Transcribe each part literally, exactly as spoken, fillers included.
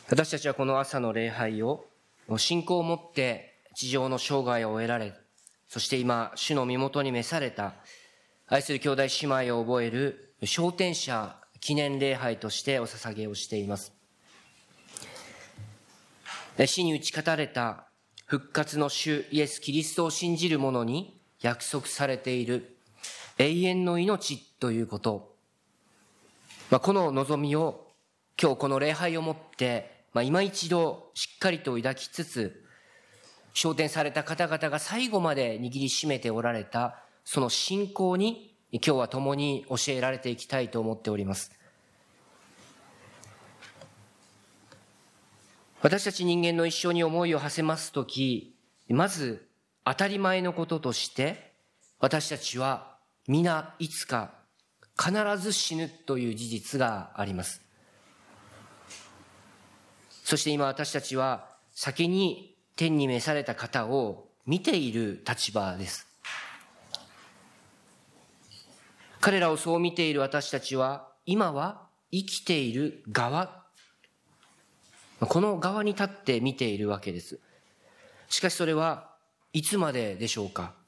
私たちはこの朝の礼拝を信仰を持って地上の生涯を終えられ、そして今主の身元に召された愛する兄弟姉妹を覚える昇天者記念礼拝としてお捧げをしています。死に打ち勝たれた復活の主イエス・キリストを信じる者に約束されている永遠の命ということ、まあ、この望みを今日この礼拝をもって、まあ、今一度しっかりと抱きつつ、昇天された方々が最後まで握りしめておられたその信仰に今日は共に教えられていきたいと思っております。私たち人間の一生に思いを馳せますとき、まず当たり前のこととして私たちは皆いつか必ず死ぬという事実があります。そして今私たちは先に天に召された方を見ている立場です。彼らをそう見ている私たちは今は生きている側、この側に立って見ているわけです。しかしそれはいつまででしょうか。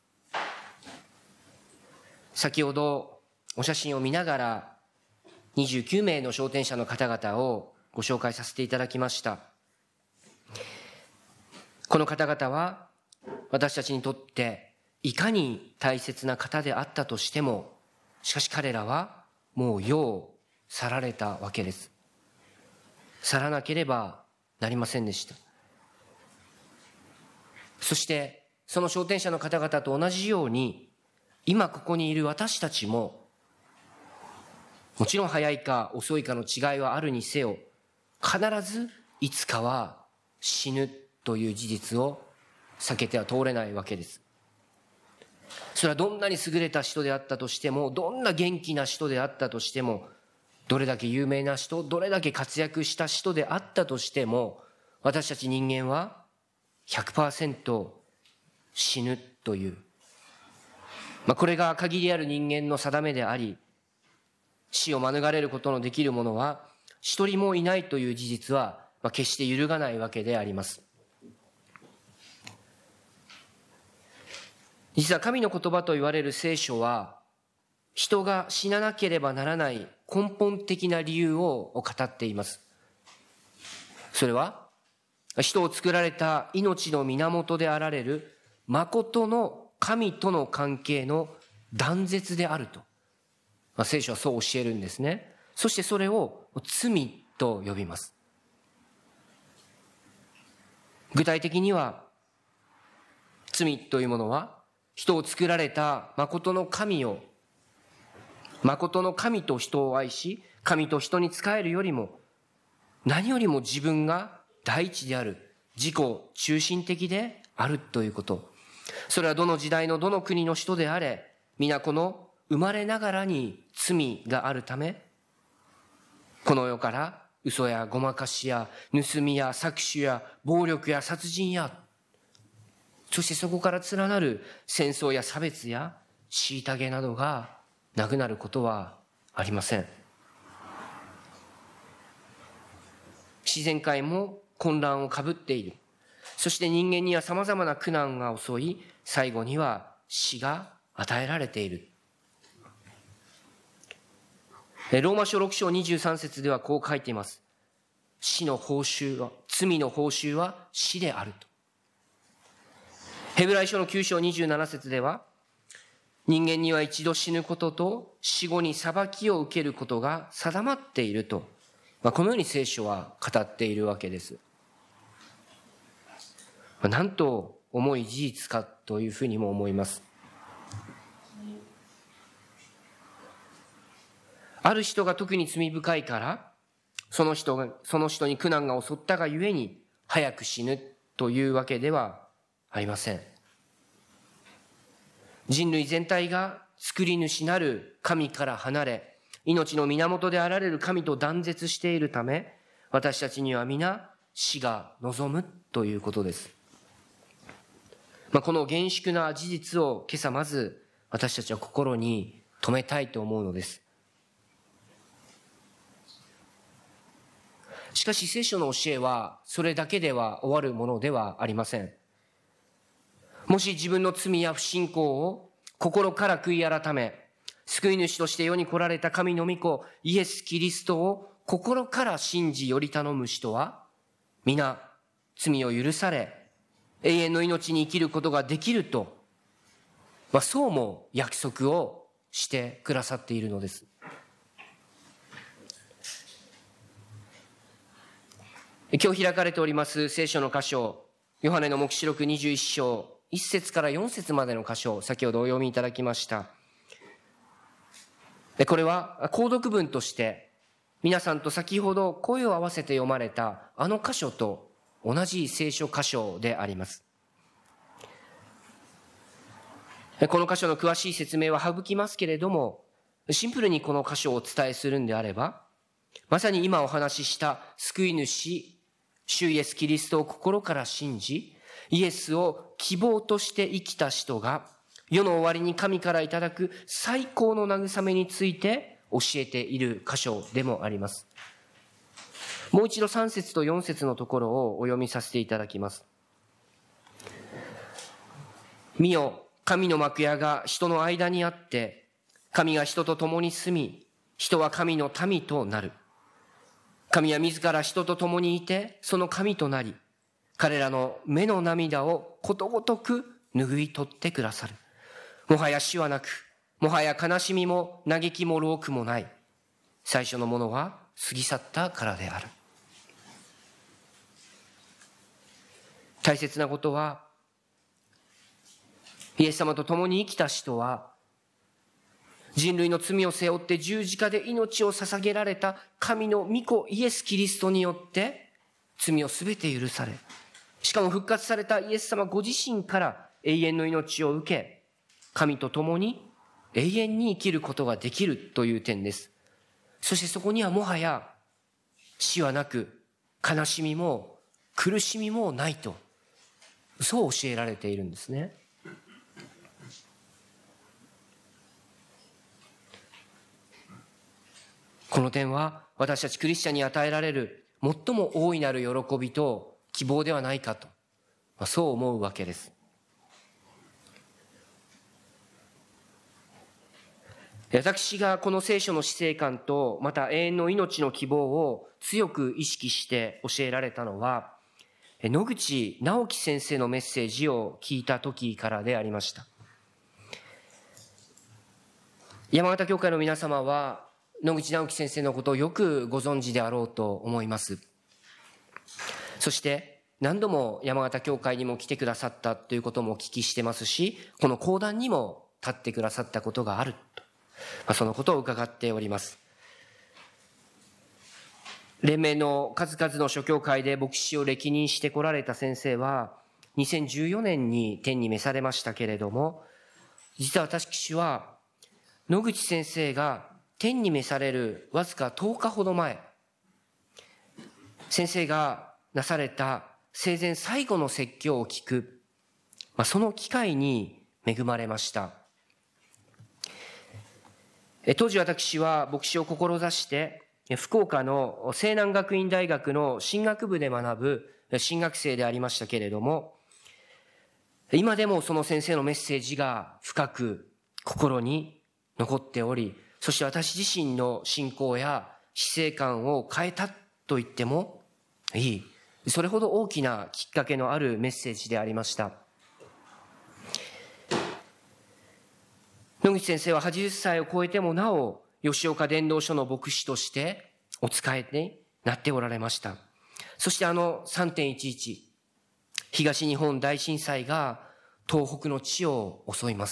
先ほどお写真を見ながらにじゅうきゅうめいの昇天者の方々をご紹介させていただきました。この方々は私たちにとっていかに大切な方であったとしても、しかし彼らはもう世を去られたわけです。去らなければなりませんでした。そしてその昇天者の方々と同じように今ここにいる私たちも、もちろん早いか遅いかの違いはあるにせよ、必ずいつかは死ぬという事実を避けては通れないわけです。それはどんなに優れた人であったとしても、どんな元気な人であったとしても、どれだけ有名な人、どれだけ活躍した人であったとしても、私たち人間は ひゃくパーセント 死ぬという、まあ、これが限りある人間の定めであり、死を免れることのできる者は一人もいないという事実は、まあ、決して揺るがないわけであります。実は神の言葉と言われる聖書は、人が死ななければならない根本的な理由を語っています。それは人を作られた命の源であられる誠の神との関係の断絶であると、まあ、聖書はそう教えるんですね。そしてそれを罪と呼びます。具体的には罪というものは、人を作られた誠の神を、誠の神と人を愛し、神と人に仕えるよりも、何よりも自分が第一である、自己中心的であるということ。それはどの時代のどの国の人であれ、皆この生まれながらに罪があるため、この世から嘘やごまかしや盗みや搾取や暴力や殺人や、そしてそこから連なる戦争や差別や虐げなどがなくなることはありません。自然界も混乱をかぶっている。そして人間には様々な苦難が襲い、最後には死が与えられている。ローマ書ろく章にじゅうさん節ではこう書いています。死の報酬は、罪の報酬は死であると。ヘブライ書のきゅう章にじゅうなな節では、人間には一度死ぬことと死後に裁きを受けることが定まっていると、まあ、このように聖書は語っているわけです。まあ、なんと重い事実かというふうにも思います。ある人が特に罪深いから、その人が、その人に苦難が襲ったがゆえに早く死ぬというわけではありません。人類全体が作り主なる神から離れ、命の源であられる神と断絶しているため、私たちには皆死が望むということです。まあ、この厳粛な事実を今朝まず私たちは心に留めたいと思うのです。 しかし聖書の教えはそれだけでは終わるものではありません。もし自分の罪や不信仰を心から悔い改め、救い主として世に来られた神の御子イエス・キリストを心から信じより頼む人は、皆罪を許され永遠の命に生きることができると、まあ、そうも約束をしてくださっているのです。今日開かれております聖書の箇所、ヨハネの黙示録にじゅういっ章いっ節からよん節までの箇所、先ほどお読みいただきました。これは購読文として皆さんと先ほど声を合わせて読まれたあの箇所と同じ聖書箇所であります。この箇所の詳しい説明は省きますけれども、シンプルにこの箇所をお伝えするんであれば、まさに今お話しした救い主主イエスキリストを心から信じ、イエスを希望として生きた人が世の終わりに神からいただく最高の慰めについて教えている箇所でもあります。もう一度さん節とよん節のところをお読みさせていただきます。見よ、神の幕屋が人の間にあって、神が人と共に住み、人は神の民となる。神は自ら人と共にいて、その神となり、彼らの目の涙をことごとく拭い取ってくださる。もはや死はなく、もはや悲しみも嘆きも労苦もない。最初のものは過ぎ去ったからである。大切なことは、イエス様と共に生きた人は、人類の罪を背負って十字架で命を捧げられた神の御子イエス・キリストによって罪をすべて許され、しかも復活されたイエス様ご自身から永遠の命を受け、神と共に永遠に生きることができるという点です。そしてそこにはもはや死はなく、悲しみも苦しみもないと、そう教えられているんですね。この点は私たちクリスチャンに与えられる最も大いなる喜びと希望ではないかと、まあ、そう思うわけです。私がこの聖書の死生観とまた永遠の命の希望を強く意識して教えられたのは、野口直樹先生のメッセージを聞いた時からでありました。山形教会の皆様は野口直樹先生のことをよくご存知であろうと思います。そして何度も山形教会にも来てくださったということもお聞きしてますし、この講談にも立ってくださったことがあると、まあ、そのことを伺っております。連盟の数々の諸教会で牧師を歴任してこられた先生はにせんじゅうよねんに天に召されましたけれども、実は私は野口先生が天に召されるわずかとおかほど前、先生がなされた生前最後の説教を聞く、まあ、その機会に恵まれました。当時私は牧師を志して福岡の西南学院大学の神学部で学ぶ神学生でありましたけれども、今でもその先生のメッセージが深く心に残っており、そして私自身の信仰や死生観を変えたと言ってもいい、それほど大きなきっかけのあるメッセージでありました。野口先生ははちじゅっさいを超えてもなお吉岡伝道所の牧師としてお仕えになっておられました。そしてあの さんてんいちいち 東日本大震災が東北の地を襲います。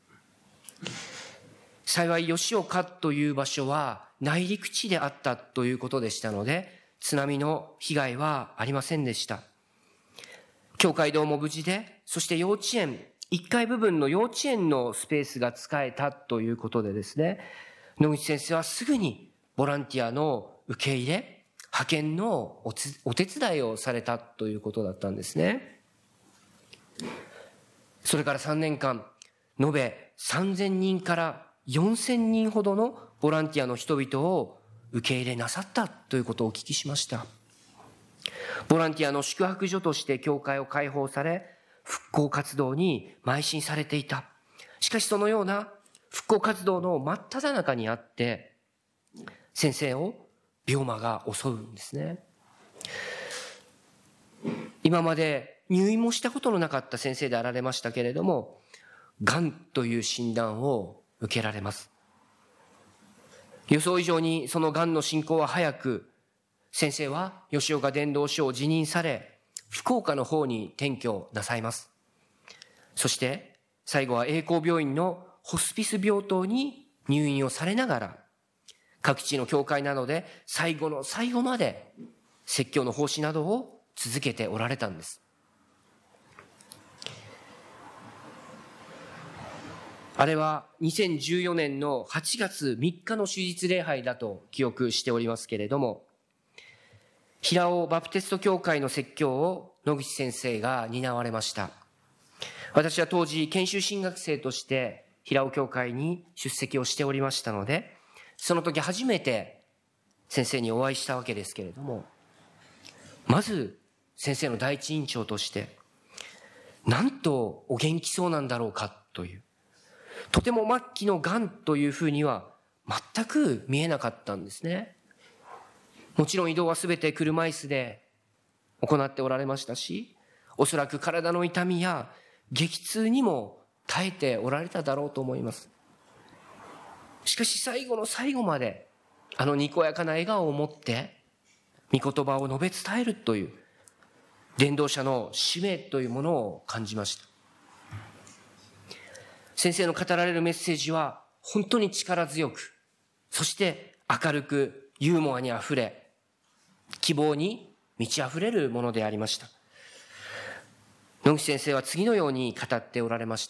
幸い吉岡という場所は内陸地であったということでしたので、津波の被害はありませんでした。教会堂も無事で、そして幼稚園、いっかい部分の幼稚園のスペースが使えたということでですね、野口先生はすぐにボランティアの受け入れ、派遣のおつお手伝いをされたということだったんですね。それからさんねんかん、延べさんぜんにんからよんせんにんほどのボランティアの人々を受け入れなさったということをお聞きしました。ボランティアの宿泊所として教会を開放され、復興活動に邁進されていた。しかしそのような復興活動の真っ只中にあって、先生を病魔が襲うんですね。今まで入院もしたことのなかった先生であられましたけれども、がんという診断を受けられます。予想以上にそのがんの進行は早く、先生は吉岡伝道師を辞任され、福岡の方に転居なさいます。そして最後は栄光病院のホスピス病棟に入院をされながら、各地の教会などで最後の最後まで説教の奉仕などを続けておられたんです。あれはにせんじゅうよねんのはちがつみっかの手術礼拝だと記憶しておりますけれども、平尾バプテスト教会の説教を野口先生が担われました。私は当時研修進学生として平尾教会に出席をしておりましたので、その時初めて先生にお会いしたわけですけれども、まず先生の第一印象として、なんとお元気そうなんだろうかという、とても末期のがんというふうには全く見えなかったんですね。もちろん移動はすべて車椅子で行っておられましたし、おそらく体の痛みや激痛にも耐えておられただろうと思います。しかし最後の最後まであのにこやかな笑顔を持って御言葉を述べ伝えるという伝道者の使命というものを感じました。先生の語られるメッセージは本当に力強く、そして明るくユーモアにあふれ、希望に満ち溢れるものでありました。野口先生は次のように語っておられました。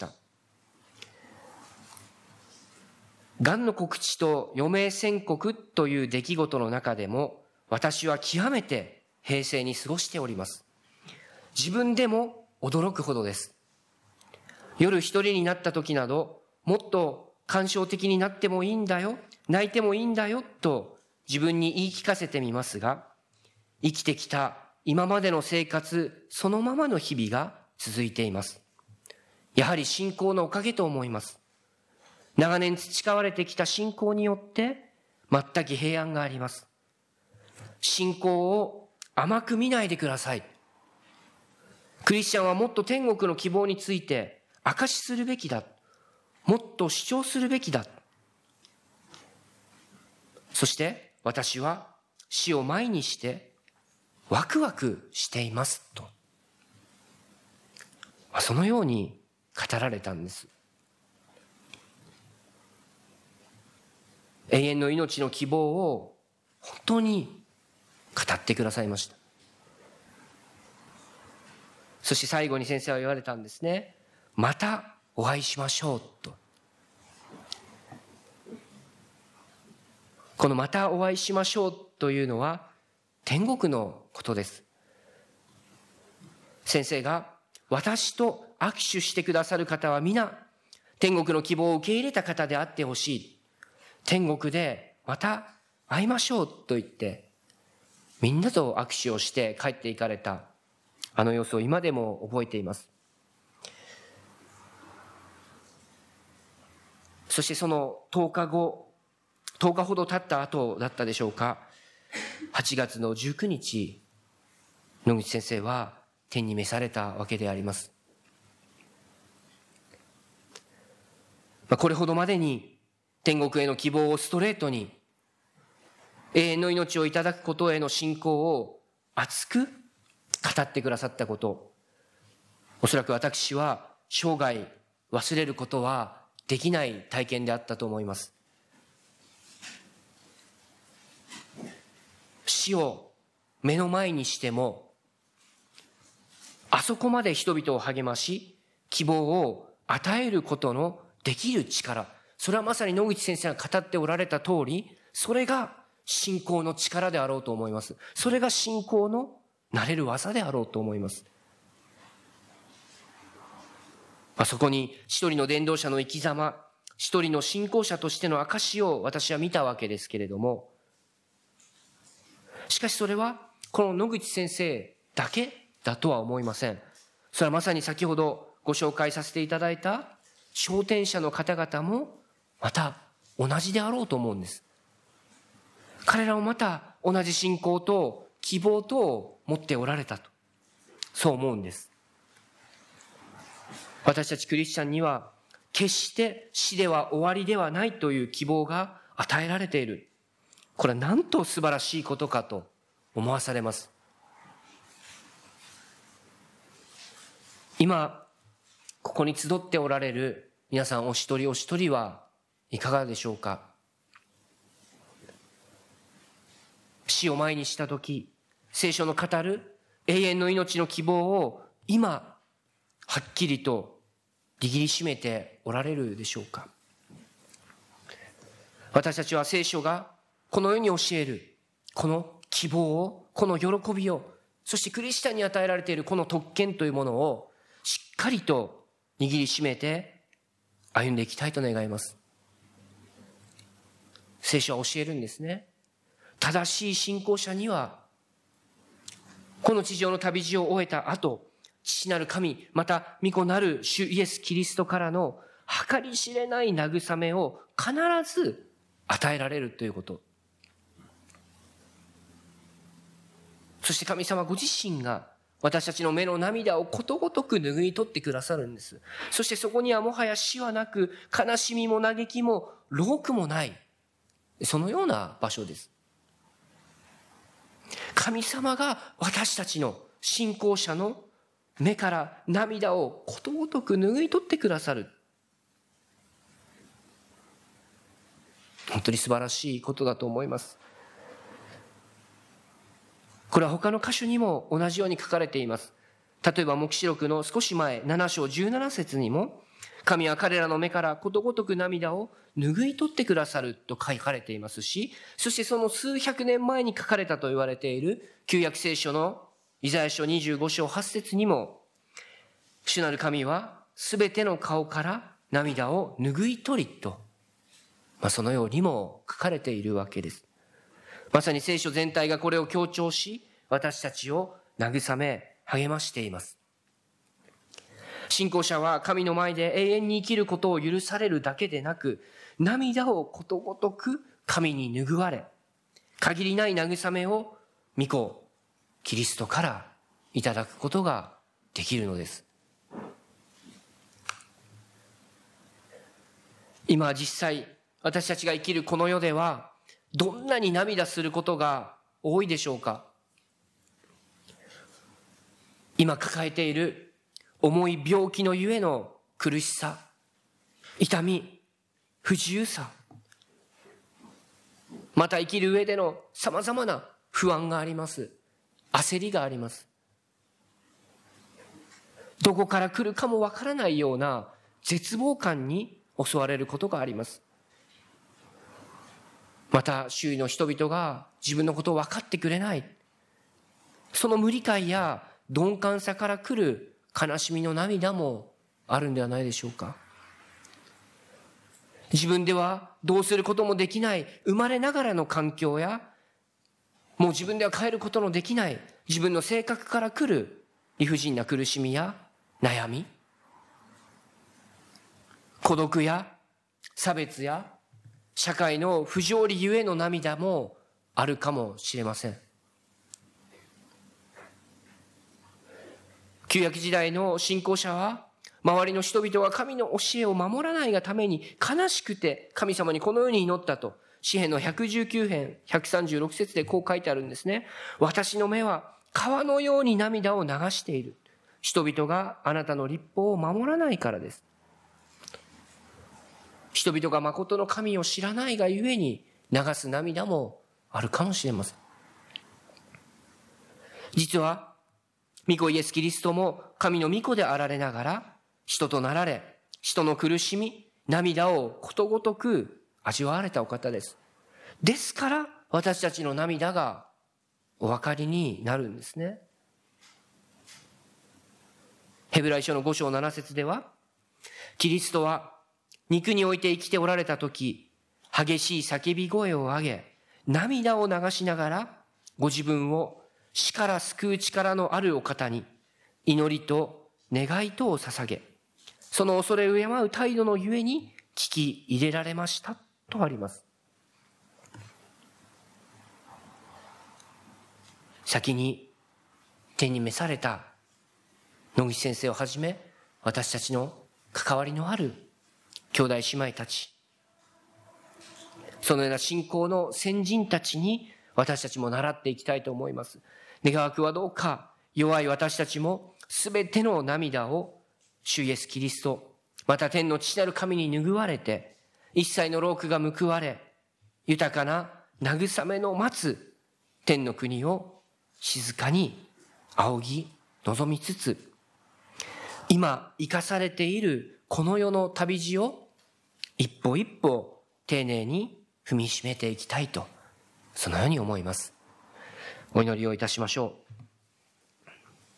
がんの告知と余命宣告という出来事の中でも、私は極めて平静に過ごしております。自分でも驚くほどです。夜一人になった時など、もっと感傷的になってもいいんだよ、泣いてもいいんだよと自分に言い聞かせてみますが、生きてきた今までの生活そのままの日々が続いています。やはり信仰のおかげと思います。長年培われてきた信仰によって全く平安があります。信仰を甘く見ないでください。クリスチャンはもっと天国の希望について証しするべきだ。もっと主張するべきだ。そして私は死を前にしてワクワクしていますと、そのように語られたんです。永遠の命の希望を本当に語ってくださいました。そして最後に先生は言われたんですね。またお会いしましょうと。このまたお会いしましょうというのは天国のことです。先生が私と握手してくださる方は皆天国の希望を受け入れた方であってほしい。天国でまた会いましょうと言ってみんなと握手をして帰っていかれたあの様子を今でも覚えています。そしてそのとおかご、とおかほど経った後だったでしょうか、はちがつのじゅうくにち、野口先生は天に召されたわけであります。これほどまでに天国への希望をストレートに、永遠の命をいただくことへの信仰を熱く語ってくださったこと、おそらく私は生涯忘れることはできない体験であったと思います。死を目の前にしても、あそこまで人々を励まし、希望を与えることのできる力、それはまさに野口先生が語っておられた通り、それが信仰の力であろうと思います。それが信仰のなれる技であろうと思います。まあ、そこに一人の伝道者の生き様、一人の信仰者としての証を私は見たわけですけれども、 しかしそれはこの野口先生だけだとは思いません。それはまさに先ほどご紹介させていただいた昇天者の方々もまた同じであろうと思うんです。彼らもまた同じ信仰と希望とを持っておられたと、そう思うんです。私たちクリスチャンには決して死では終わりではないという希望が与えられている。これはなんと素晴らしいことかと思わされます。今ここに集っておられる皆さんお一人お一人はいかがでしょうか。死を前にしたとき、聖書の語る永遠の命の希望を今はっきりと握りしめておられるでしょうか。私たちは聖書がこの世に教えるこの希望を、この喜びを、そしてクリスチャンに与えられているこの特権というものをしっかりと握りしめて歩んでいきたいと願います。聖書は教えるんですね。正しい信仰者にはこの地上の旅路を終えた後、父なる神、また御子なる主イエス・キリストからの計り知れない慰めを必ず与えられるということ。そして神様ご自身が私たちの目の涙をことごとく拭い取ってくださるんです。そしてそこにはもはや死はなく、悲しみも嘆きも労苦もない、そのような場所です。神様が私たちの信仰者の目から涙をことごとく拭い取ってくださる。本当に素晴らしいことだと思います。これは他の箇所にも同じように書かれています。例えば黙示録の少し前なな章じゅうなな節にも、神は彼らの目からことごとく涙を拭い取ってくださると書かれていますし、そしてその数百年前に書かれたと言われている旧約聖書のイザヤ書にじゅうご章はち節にも、主なる神はすべての顔から涙を拭い取りと、まあ、そのようにも書かれているわけです。まさに聖書全体がこれを強調し、私たちを慰め励ましています。信仰者は神の前で永遠に生きることを許されるだけでなく、涙をことごとく神に拭われ、限りない慰めを御子キリストからいただくことができるのです。今実際私たちが生きるこの世ではどんなに涙することが多いでしょうか。今抱えている重い病気のゆえの苦しさ、痛み、不自由さ、また生きる上でのさまざまな不安があります。焦りがあります。どこから来るかもわからないような絶望感に襲われることがあります。また周囲の人々が自分のことを分かってくれない、その無理解や鈍感さから来る悲しみの涙もあるんではないでしょうか。自分ではどうすることもできない生まれながらの環境や、もう自分では変えることのできない自分の性格から来る理不尽な苦しみや悩み、孤独や差別や社会の不条理ゆえの涙もあるかもしれません。旧約時代の信仰者は、周りの人々が神の教えを守らないがために悲しくて神様にこのように祈ったと、詩編のひゃくじゅうきゅう編ひゃくさんじゅうろく節でこう書いてあるんですね。私の目は川のように涙を流している。人々があなたの律法を守らないからです。人々が誠の神を知らないがゆえに流す涙もあるかもしれません。実は御子イエス・キリストも神の御子であられながら人となられ、人の苦しみ、涙をことごとく味わわれたお方です。ですから私たちの涙がお分かりになるんですね。ヘブライ書のご章なな節では、キリストは肉において生きておられたとき、激しい叫び声を上げ、涙を流しながらご自分を死から救う力のあるお方に祈りと願いとを捧げ、その恐れを敬う態度のゆえに聞き入れられましたとあります。先に天に召された野口先生をはじめ、私たちの関わりのある兄弟姉妹たち、そのような信仰の先人たちに私たちも習っていきたいと思います。願わくはどうか弱い私たちもすべての涙を主イエスキリスト、また天の父なる神に拭われて、一切の労苦が報われ、豊かな慰めの待つ天の国を静かに仰ぎ望みつつ、今生かされているこの世の旅路を一歩一歩丁寧に踏みしめていきたいと、そのように思います。お祈りをいたしましょう。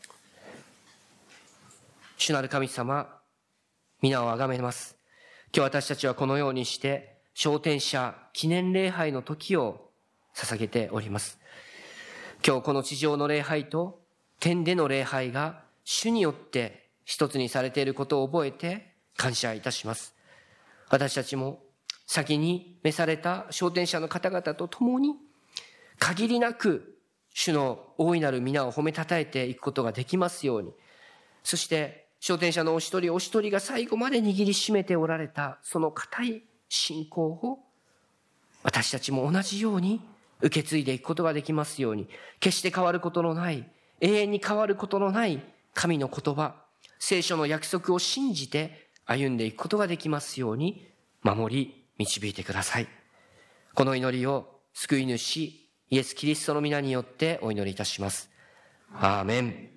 主なる神様、皆をあがめます。今日私たちはこのようにして昇天者記念礼拝の時を捧げております。今日この地上の礼拝と天での礼拝が主によって一つにされていることを覚えて感謝いたします。私たちも先に召された昇天者の方々と共に限りなく主の大いなる皆を褒めたたえていくことができますように、そして昇天者のお一人お一人が最後まで握りしめておられたその固い信仰を私たちも同じように受け継いでいくことができますように、決して変わることのない、永遠に変わることのない神の言葉、聖書の約束を信じて歩んでいくことができますように守り導いてください。この祈りを救い主イエス・キリストの皆によってお祈りいたします。アーメン。